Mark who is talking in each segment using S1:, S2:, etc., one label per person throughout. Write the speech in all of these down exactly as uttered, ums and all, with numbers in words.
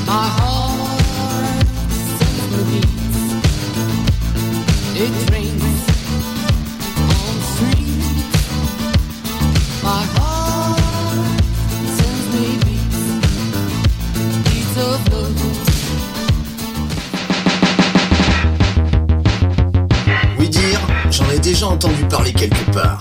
S1: Entendu parler quelque part.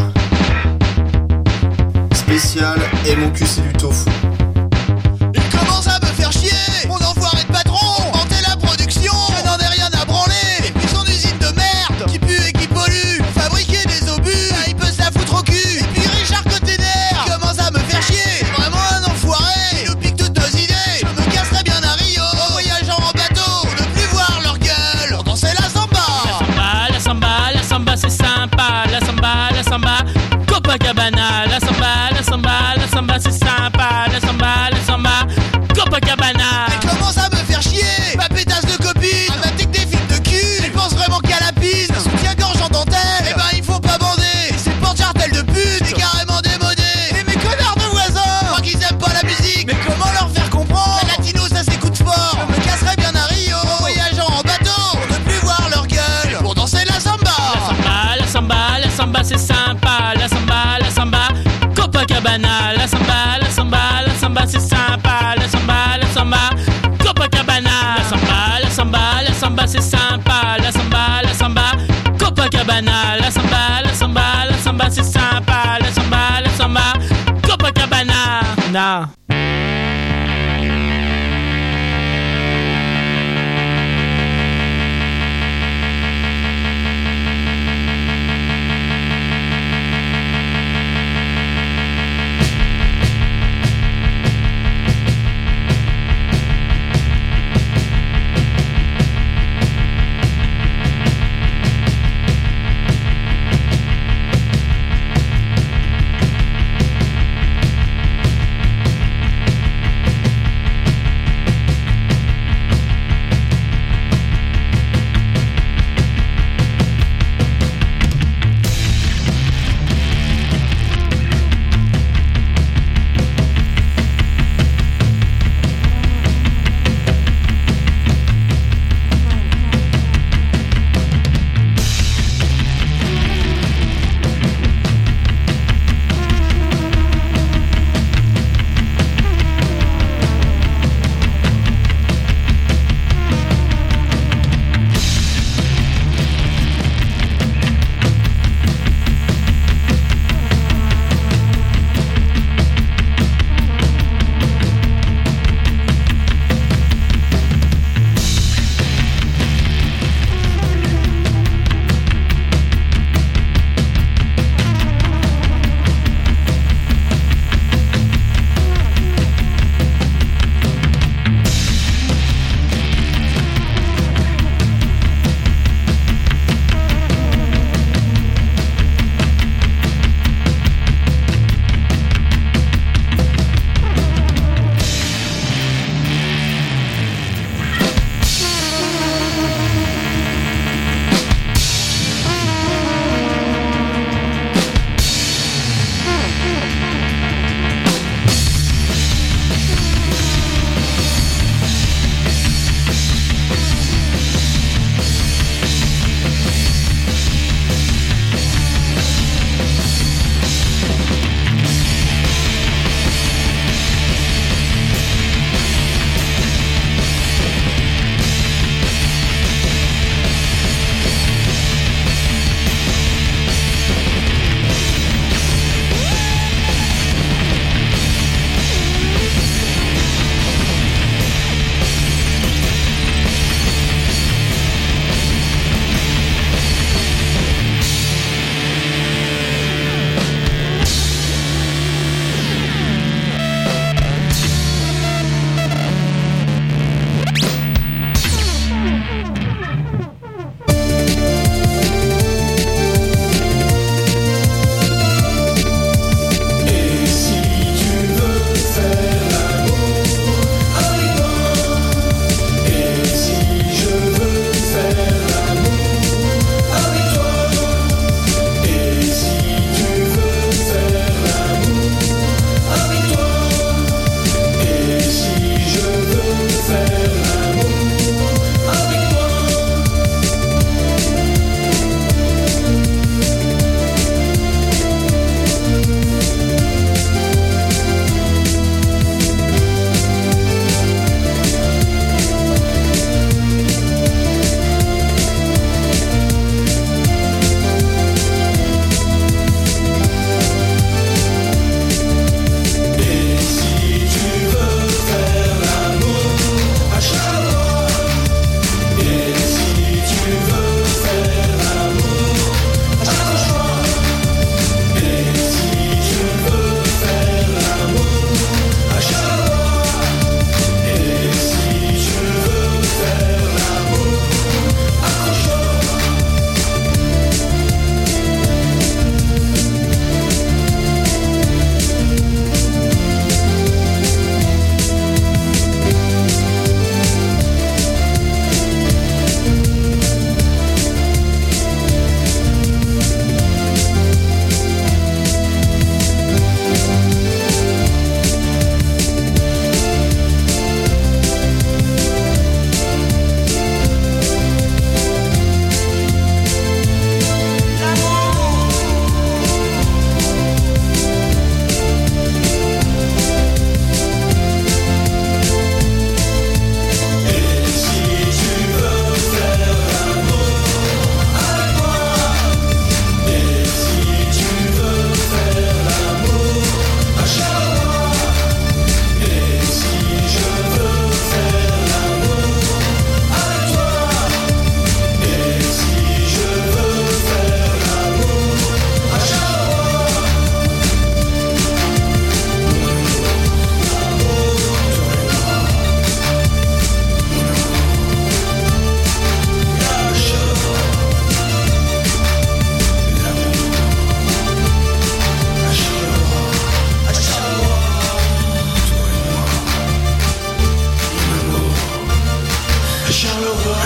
S1: Spécial et mon cul c'est du tofu.
S2: Il commence à me faire chier, mon enfoiré de patron. Augmenter la production, je n'en ai rien à branler. Et puis son usine de merde, qui pue et qui pollue. Fabriquer des obus, ah, il peut se la foutre au cul. Et puis Richard Cottener, il commence à me faire chier. C'est vraiment un enfoiré, il nous pique toutes nos idées. Je me casserais bien à Rio, en voyageant en bateau, pour ne plus voir leur gueule, pour danser la samba.
S3: La samba, la samba, la samba c'est sympa. La samba, Copacabana, la samba, la samba, la samba c'est sympa. La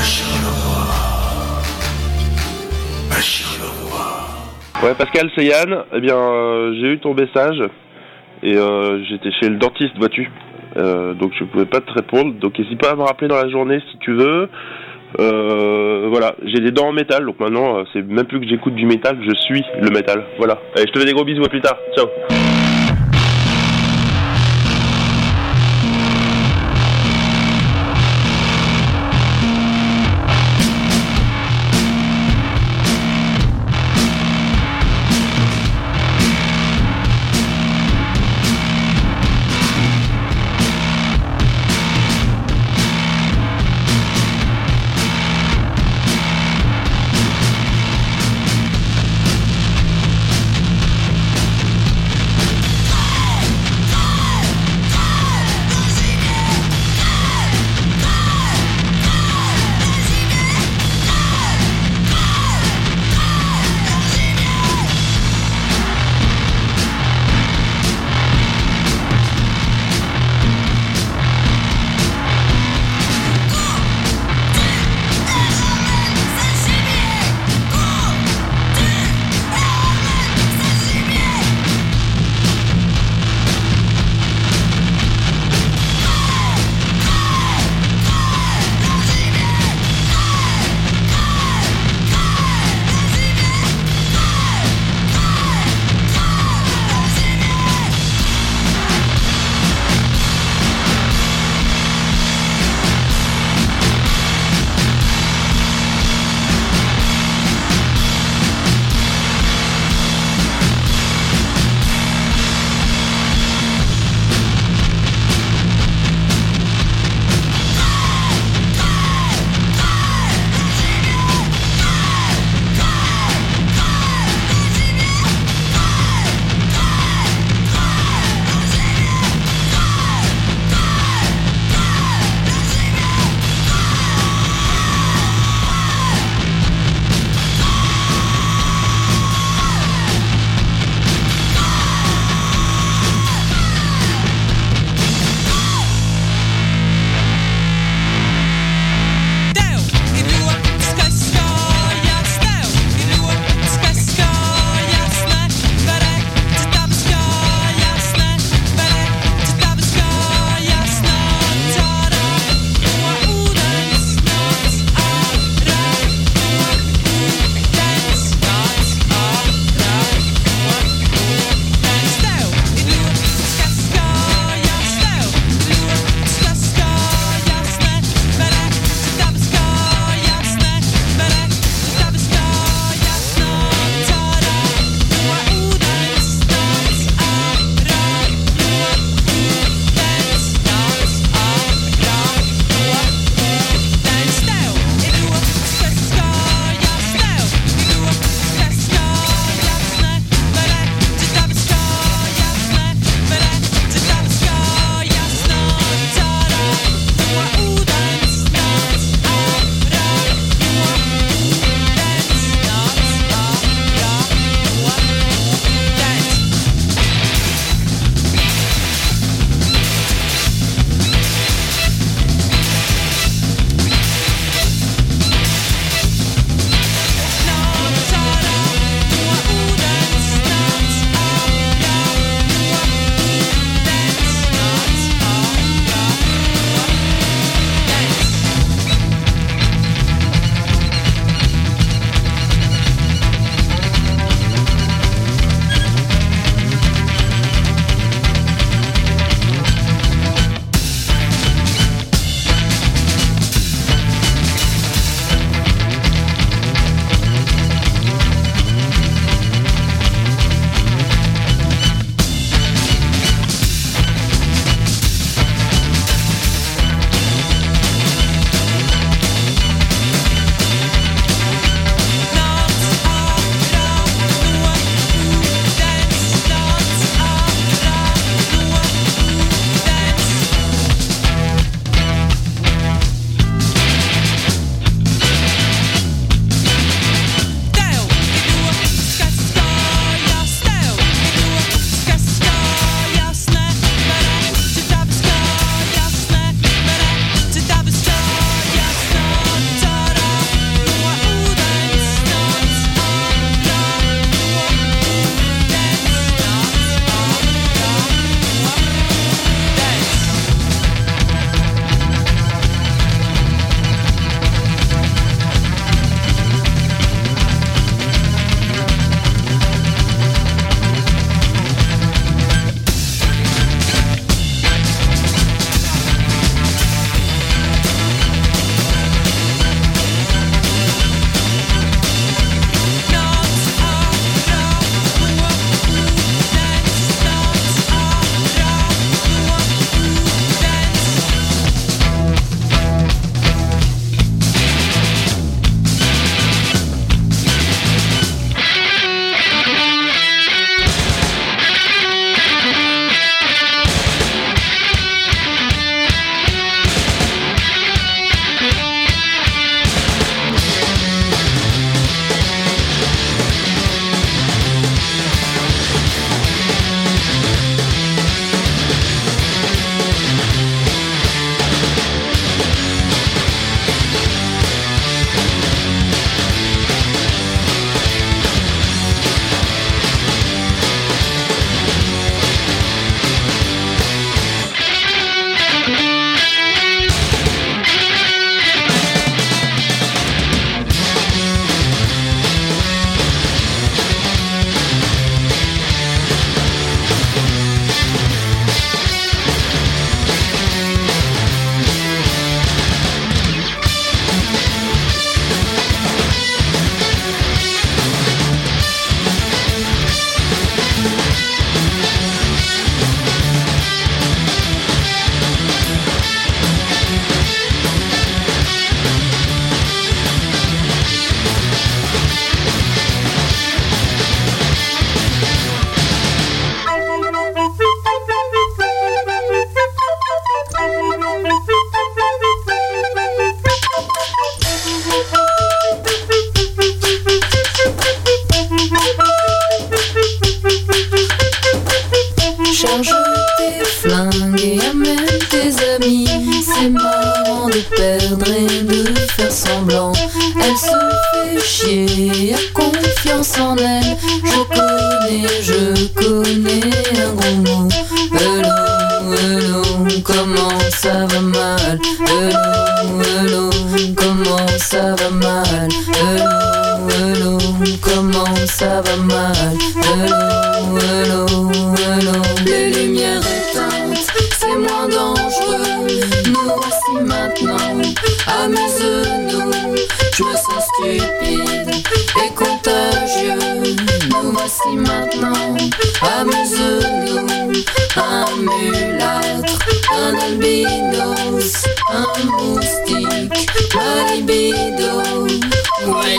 S4: Ouais, Pascal, c'est Yann. Eh bien, euh, j'ai eu ton message et euh, j'étais chez le dentiste, vois-tu. Euh, donc je pouvais pas te répondre. Donc n'hésite pas à me rappeler dans la journée si tu veux. Euh, voilà, j'ai des dents en métal, donc maintenant euh, c'est même plus que j'écoute du métal, je suis le métal. Voilà. Allez, je te fais des gros bisous, à plus tard. Ciao.
S5: de perdre et de faire semblant. Elle se fait chier, a confiance en elle. Je connais, je connais un gros mot. Hello, hello, comment ça va mal? Hello, hello, comment ça va mal? Hello, hello, comment ça va mal? Hello, hello, hello. Les lumières éteintes, c'est moins dangereux. Nous voici maintenant à mes genoux. Je me sens stupide et contagieux. Nous voici maintenant à mes genoux. Un mulâtre, un albinos, un moustique, ma libido. Ouais.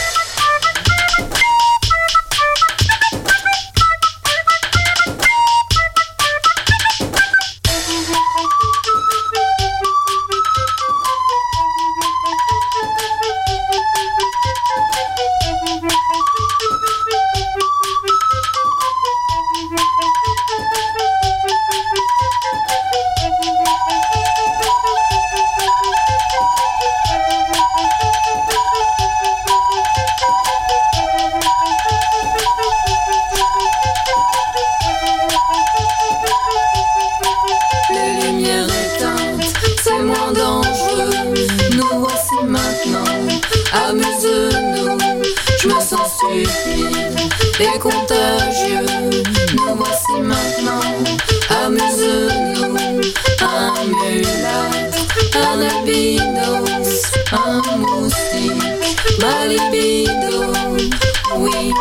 S5: Et contagieux, nous voici maintenant à mes genoux. Un mulâtre, un albinos, un moustique, ma libido, oui.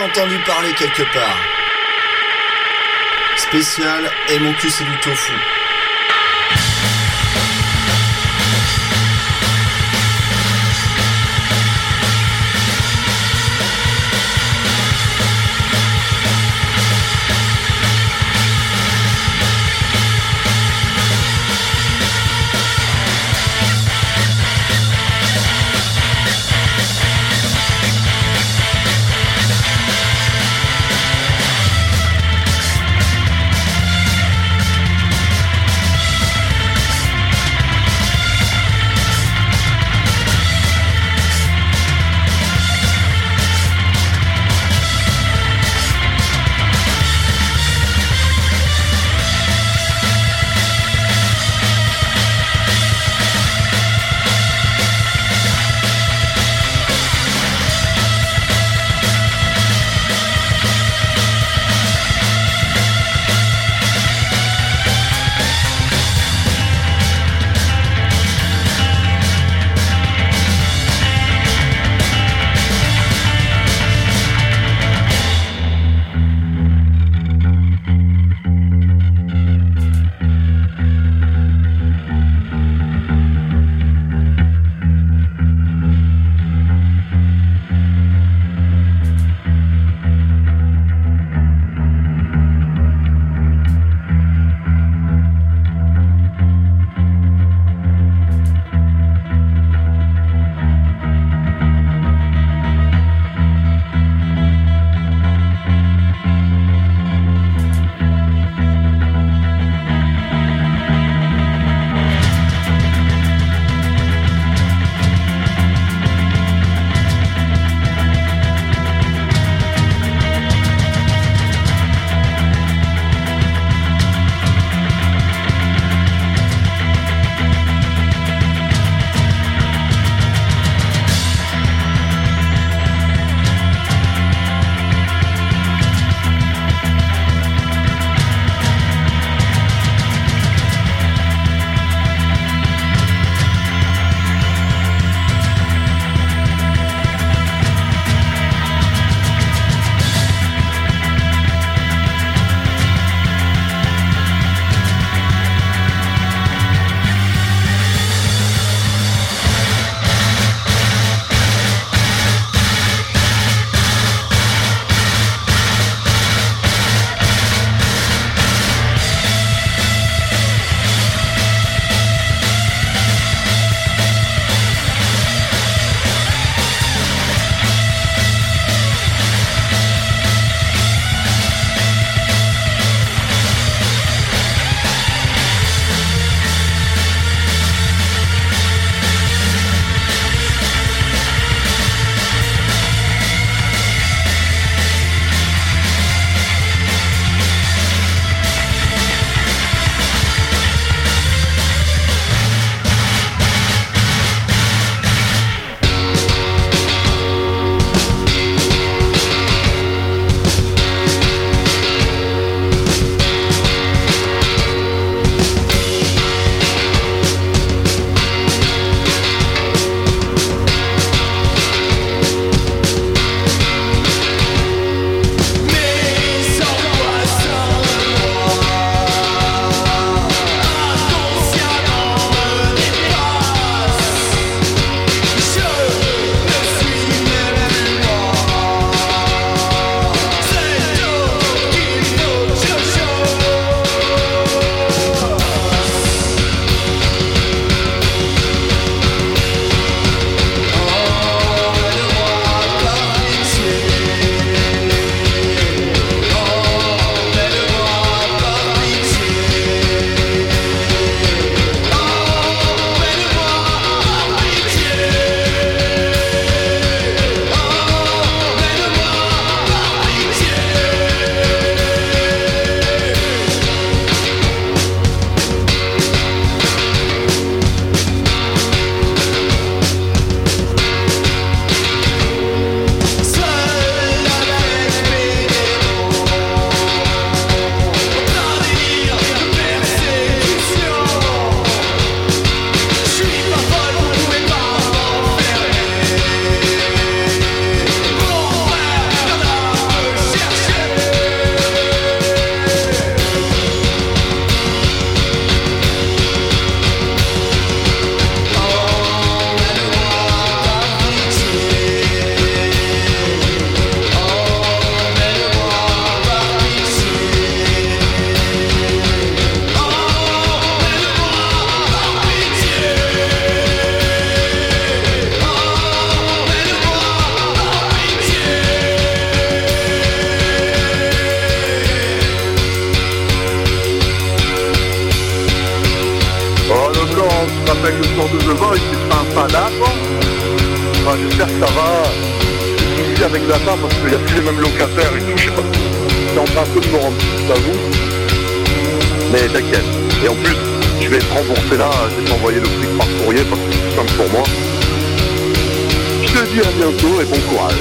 S1: entendu parler quelque part. Spécial, et mon cul c'est du tofu.
S6: rappelle le soir de devant, il s'est pas un pas là, quoi. Enfin, j'espère que ça va. Je suis avec Zata parce qu'il n'y a plus les mêmes locataires et tout, je sais pas. C'est en train un peu de me rendre à vous. Mais t'inquiète. Et en plus, je vais être remboursé là, je vais t'envoyer le prix par courrier parce que c'est plus simple pour moi. Je te dis à bientôt et bon courage.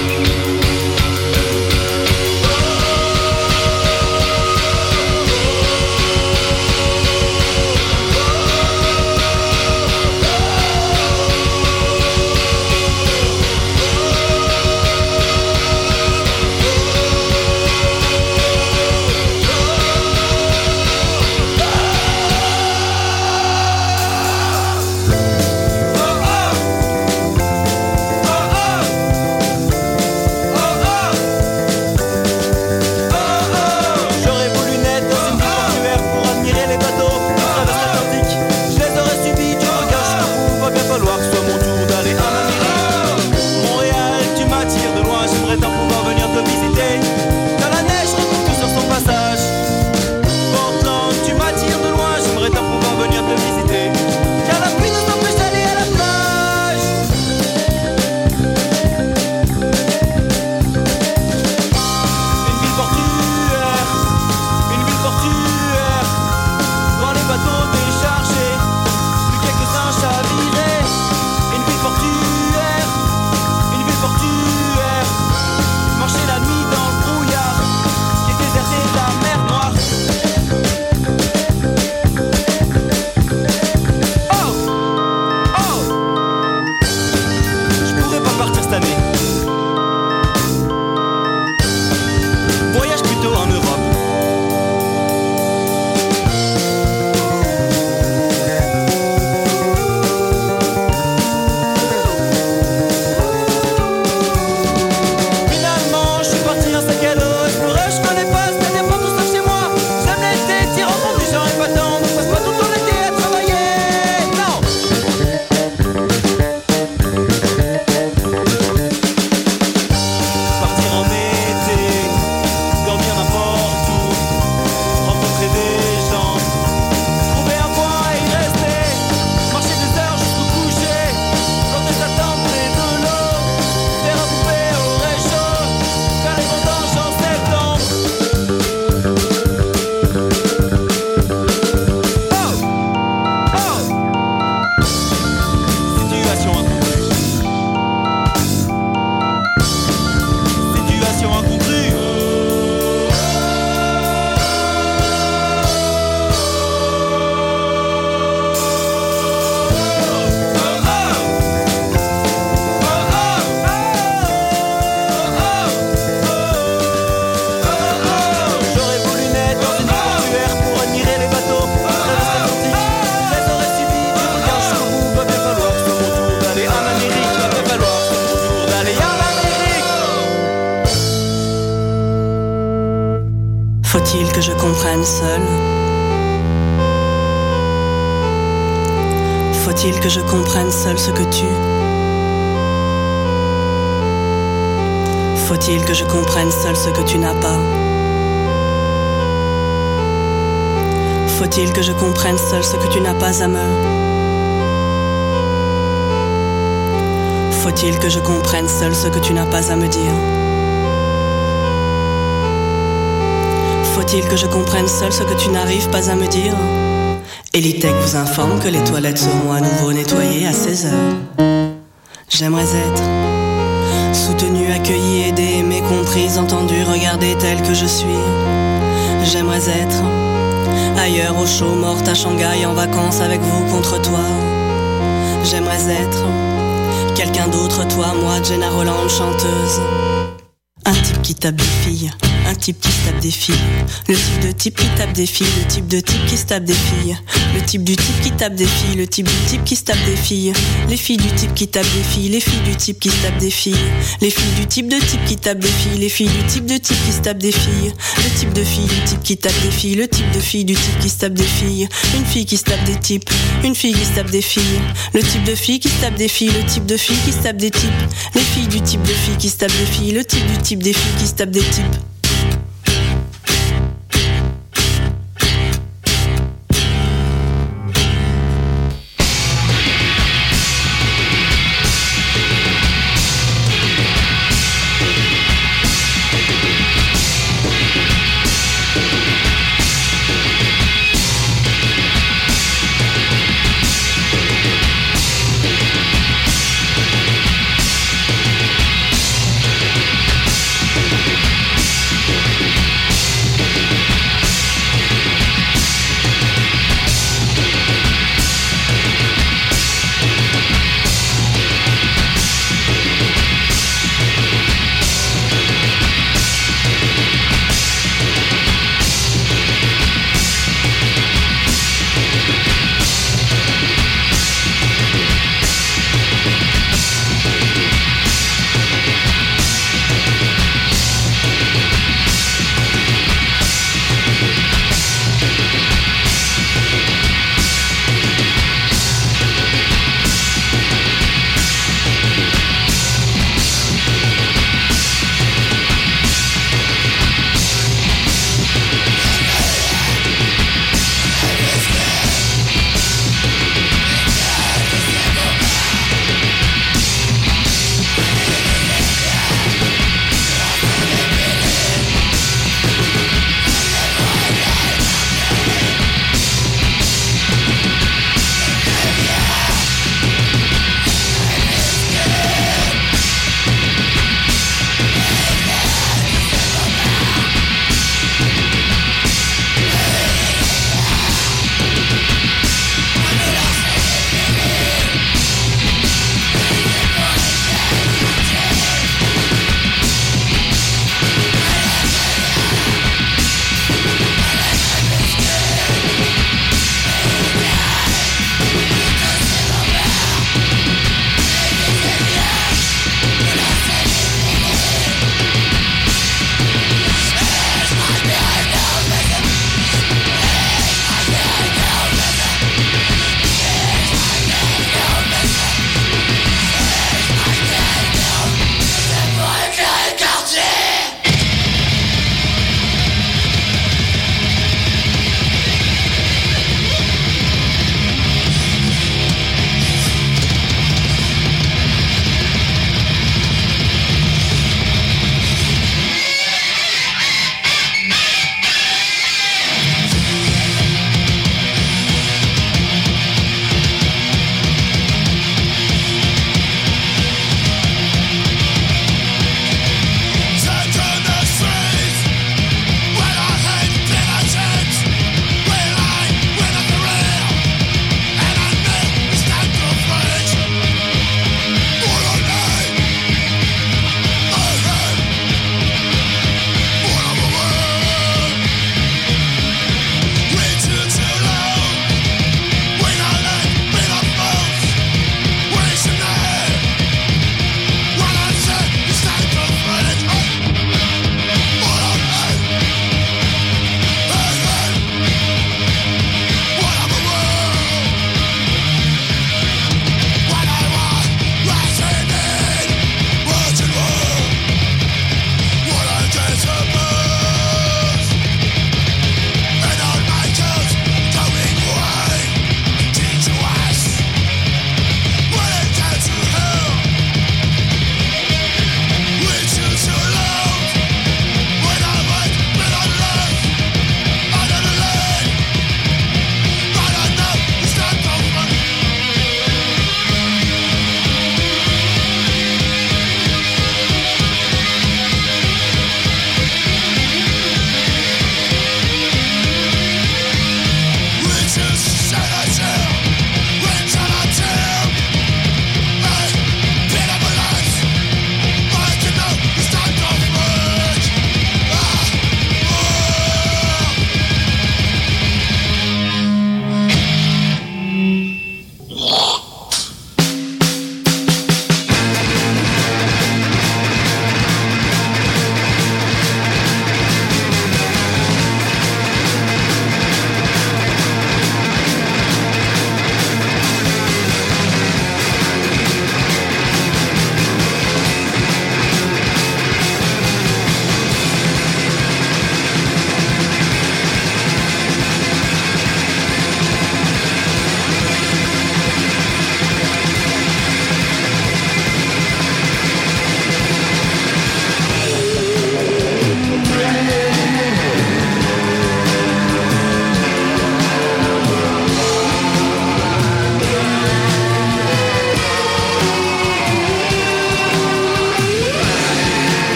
S7: Faut-il que je comprenne seul? Faut-il que je comprenne seul ce que tu? Faut-il que je comprenne seul ce que tu n'as pas? Faut-il que je comprenne seul ce que tu n'as pas à me? Faut-il que je comprenne seul ce que tu n'as pas à me dire? Faut-il que je comprenne seul ce que tu n'arrives pas à me dire? Elitech vous informe que les toilettes seront à nouveau nettoyées à seize heures. J'aimerais être soutenue, accueillie, aidée, aimée, comprise, entendue, regardée telle que je suis. J'aimerais être ailleurs au chaud, morte à Shanghai, en vacances avec vous contre toi. J'aimerais être quelqu'un d'autre, toi, moi, Jenna Roland, chanteuse. Un type qui tape des filles, un type qui se tape des filles. Le type de type qui tape des filles, le type de type qui se tape des filles. Le type du type qui tape des filles, le type du type qui se tape des filles. Les filles du type qui tape des filles, les filles du type qui se tape des filles. Les filles du type de type qui tape des filles, les filles du type de type qui se tape des filles. Le type de fille du type qui tape des filles, le type de fille du type qui se tape des filles. Une fille qui se tape des types, une fille qui se tape des filles. Le type de fille qui se tape des filles, le type de fille qui se tape des types. Les filles du type de fille qui se tape des filles, le type du type des filles qui se tapent des types.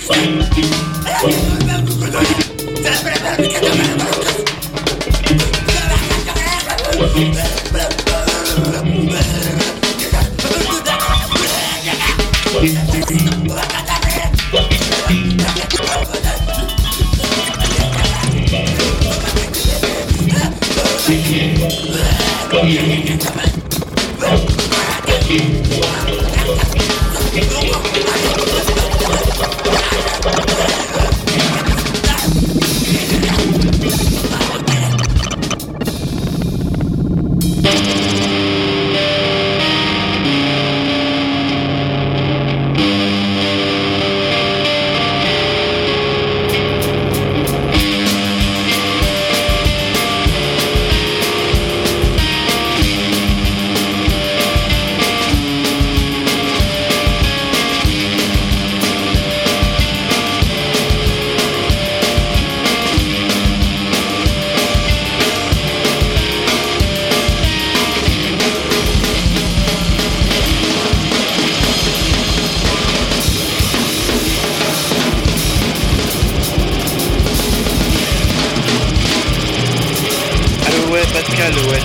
S8: Pascal, ouais,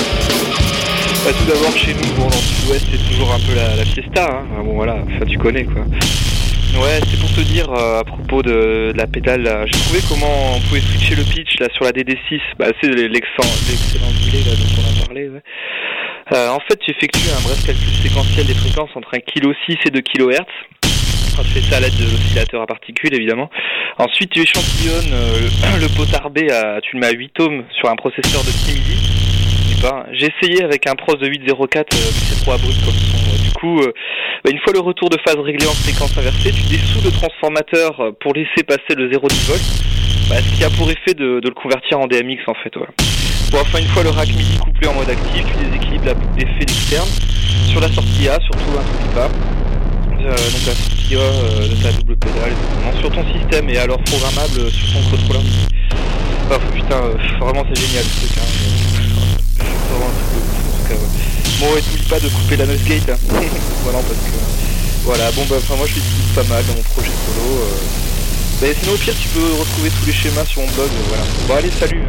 S8: c'est... Bah, tout d'abord, chez nous, bon, dans le sud-ouest, c'est toujours un peu la, la fiesta, hein. Ah, bon, voilà, enfin, tu connais, quoi. Ouais, c'est pour te dire, euh, à propos de, de la pédale, là, j'ai trouvé comment on pouvait switcher le pitch, là, sur la D D six. Bah, c'est l'excellent, l'excellent delay, là, dont on a parlé, ouais. Euh, en fait, tu effectues un bref calcul séquentiel des fréquences entre un kilo six et deux kilohertz. Quand tu fais ça à l'aide de l'oscillateur à particules, évidemment. Ensuite, tu échantillonnes euh, le potard B, à, tu le mets à huit ohms sur un processeur de six milli. Je sais pas. J'ai essayé avec un pros de huit zéro quatre, euh, c'est trop abrupt comme son. Du coup, euh, bah, une fois le retour de phase réglé en séquence inversée, tu dessous le transformateur pour laisser passer le zéro dix volts, bah, ce qui a pour effet de, de le convertir en D M X, en fait. Voilà. Bon, enfin, une fois le rack MIDI couplé en mode actif, tu déséquilibres la boucle d'effet externe sur la sortie A, surtout un truc bas. Euh, donc la sortie A euh, de ta double pédale non, sur ton système et alors programmable euh, sur ton contrôleur MIDI. Enfin, putain, euh, vraiment c'est génial ce truc, hein. Euh, vraiment un truc de ouf, en tout cas. Ouais. Bon, et t'oublie pas de couper la noise gate, hein. Voilà, parce que voilà, bon bah enfin moi je l'utilise pas mal dans mon projet solo. Euh... Mais sinon au pire tu peux retrouver tous les schémas sur mon blog, euh, voilà. Bon allez, salut.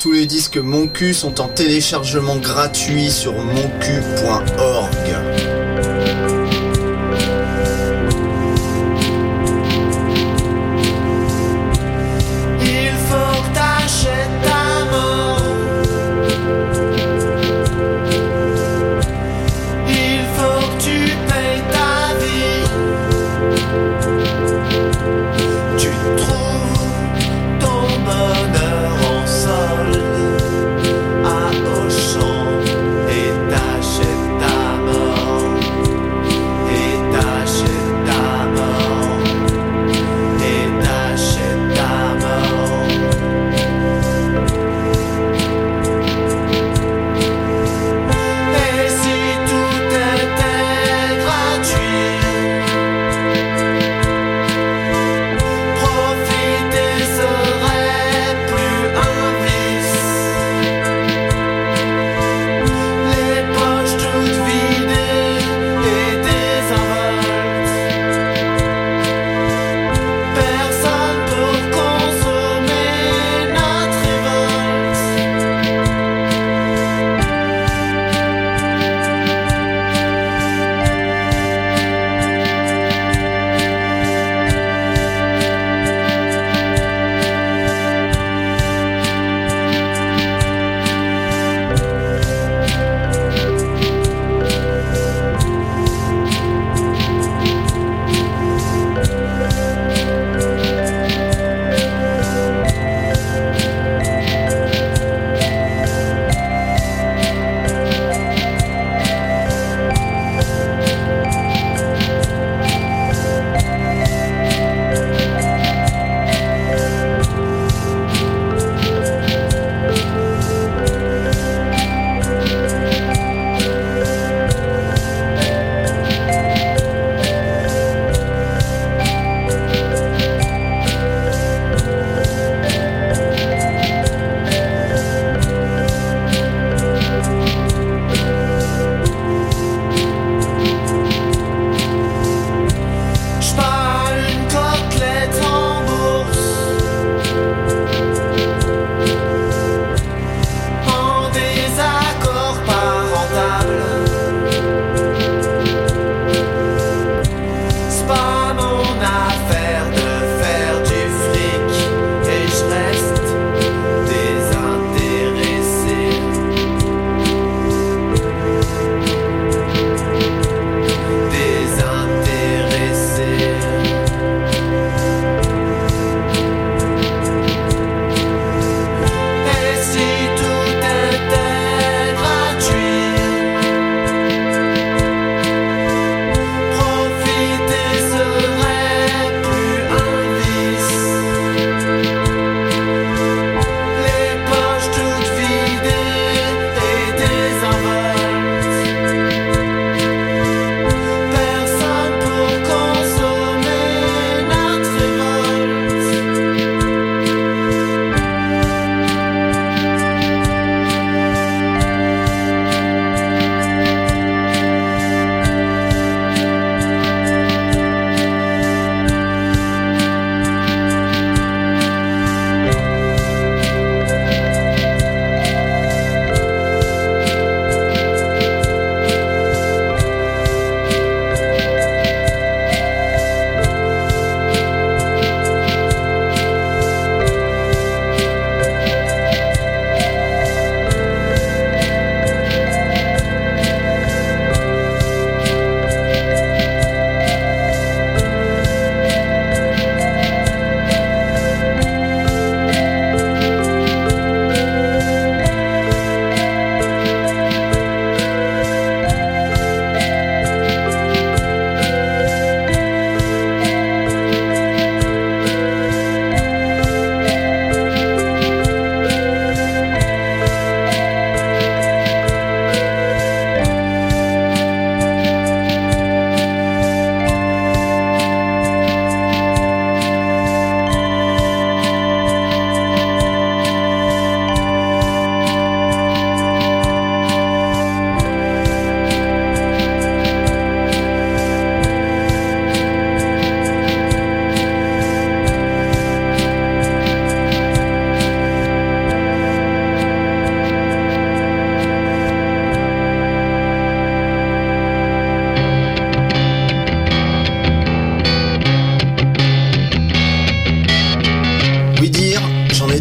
S1: Tous les disques Mon Cul sont en téléchargement gratuit sur moncu point org.
S2: À Auchan et t'achètes ta mort.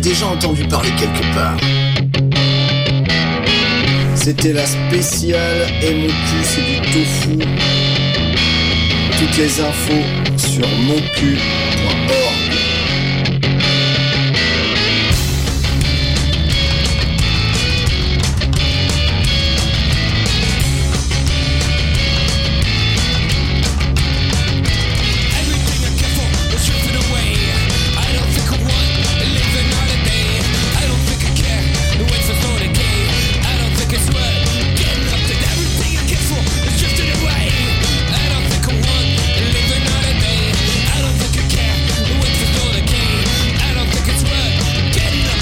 S1: déjà entendu parler quelque part. C'était la spéciale et mon cul c'est du tofu. Toutes les infos sur mon cul